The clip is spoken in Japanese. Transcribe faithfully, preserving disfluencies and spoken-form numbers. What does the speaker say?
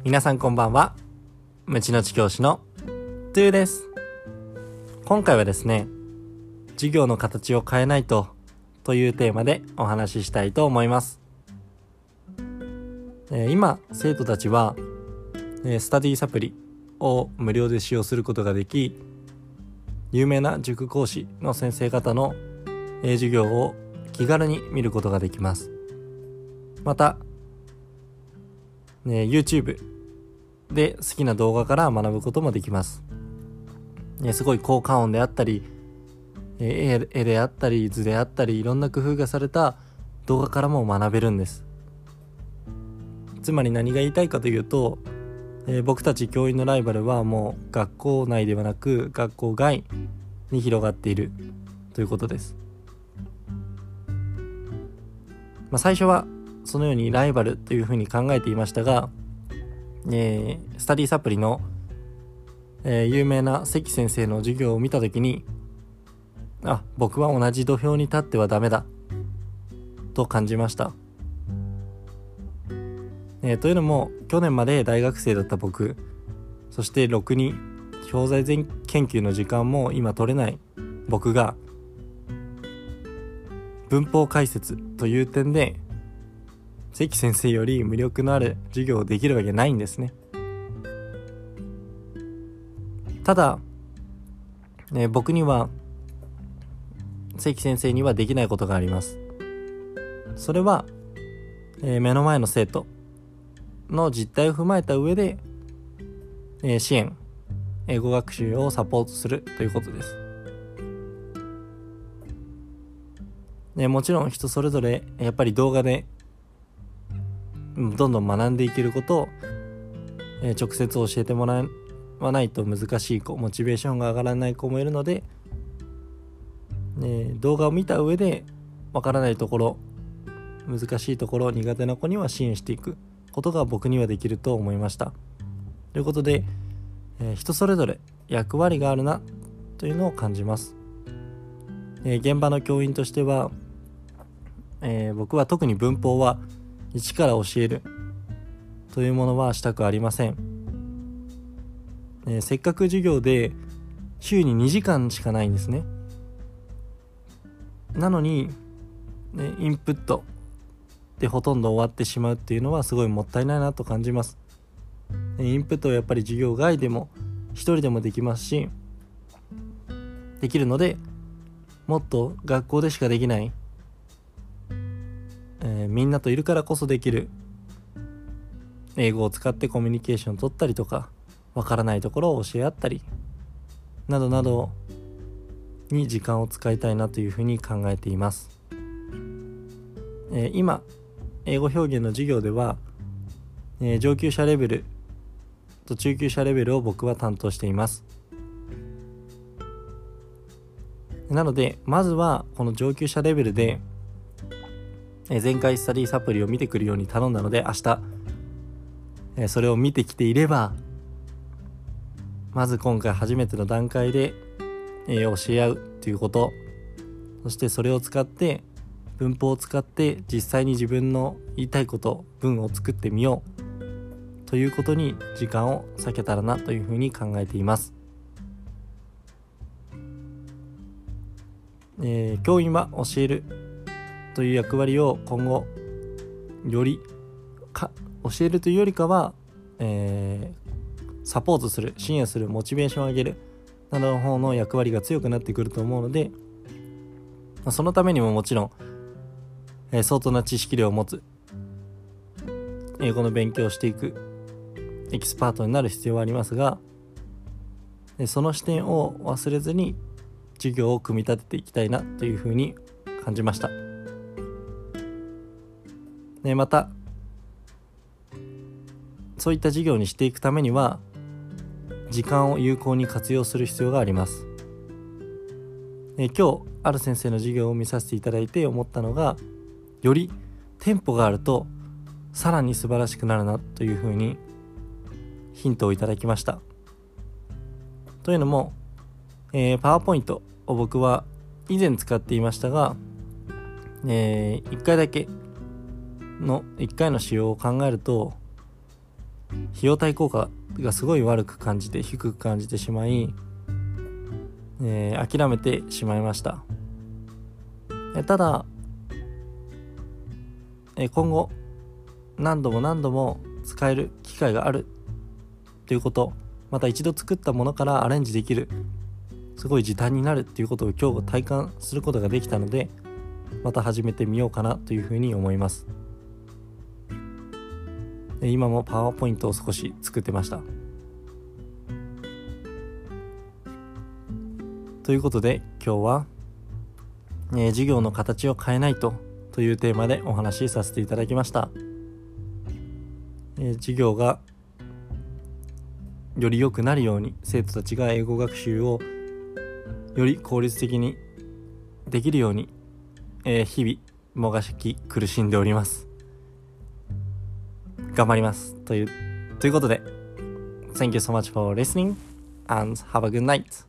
皆さんこんばんは。無知の知教師のトゥーです。今回はですね、授業の形を変えないとというテーマでお話ししたいと思います。えー、今生徒たちは、えー、スタディサプリを無料で使用することができ、有名な塾講師の先生方の、えー、授業を気軽に見ることができます。また、ね、YouTube で好きな動画から学ぶこともできます。ね、すごい効果音であったり、えー、絵であったり図であったり、いろんな工夫がされた動画からも学べるんです。つまり何が言いたいかというと、えー、僕たち教員のライバルはもう学校内ではなく学校外に広がっているということです。まあ、最初はそのようにライバルというふうに考えていましたが、えー、スタディサプリの、えー、有名な関先生の授業を見たときに、あ、僕は同じ土俵に立ってはダメだと感じました。えー、というのも去年まで大学生だった僕、そしてろくに教材研究の時間も今取れない僕が文法解説という点で関先生より魅力のある授業をできるわけないんですね。ただ、えー、僕には関先生にはできないことがあります。それは、えー、目の前の生徒の実態を踏まえた上で、えー、支援、英語学習をサポートするということです。ね、もちろん人それぞれやっぱり動画でどんどん学んでいけることを、えー、直接教えてもらわないと難しい子、モチベーションが上がらない子もいるので、ね、動画を見た上でわからないところ、難しいところ、苦手な子には支援していくことが僕にはできると思いました。ということで、えー、人それぞれ役割があるなというのを感じます。えー、現場の教員としては、えー、僕は特に文法は一から教えるというものはしたくありません。えー、せっかく授業で週ににじかんしかないんですね。なのに、ね、インプットでほとんど終わってしまうっていうのはすごいもったいないなと感じます。インプットはやっぱり授業外でも一人でもできますし、できるのでもっと学校でしかできない、えー、みんなといるからこそできる英語を使ってコミュニケーションを取ったりとか、わからないところを教え合ったりなどなどに時間を使いたいなというふうに考えています。えー、今英語表現の授業では、えー、上級者レベルと中級者レベルを僕は担当しています。なのでまずはこの上級者レベルで、えー、前回スタディサプリを見てくるように頼んだので、明日、えー、それを見てきていれば、まず今回初めての段階で、えー、教え合うということ、そしてそれを使って文法を使って実際に自分の言いたいこと文を作ってみようということに時間を割けたらなというふうに考えています。えー、教員は教えるという役割を今後よりか教えるというよりかは、えー、サポートする、支援する、モチベーションを上げるなどの方の役割が強くなってくると思うので、そのためにももちろんえー、相当な知識量を持つ、英語の勉強をしていくエキスパートになる必要はありますが、えー、その視点を忘れずに授業を組み立てていきたいなというふうに感じました。でまたそういった授業にしていくためには時間を有効に活用する必要があります。えー、今日ある先生の授業を見させていただいて思ったのが、よりテンポがあるとさらに素晴らしくなるなというふうにヒントをいただきました。というのも、えー、パワーポイントを僕は以前使っていましたが、えー、いっかいだけのいっかいの使用を考えると費用対効果がすごい悪く感じて、低く感じてしまい、えー、諦めてしまいました。えただ、えー、今後何度も何度も使える機会があるということ、また一度作ったものからアレンジできる、すごい時短になるっていうことを今日体感することができたので、また始めてみようかなというふうに思います。で今もパワーポイントを少し作ってました。ということで今日は、えー、授業の形を変えないとというテーマでお話しさせていただきました。えー、授業がより良くなるように、生徒たちが英語学習をより効率的にできるように、えー、日々もがき苦しんでおります。頑張りますというということで Thank you so much for listening and have a good night.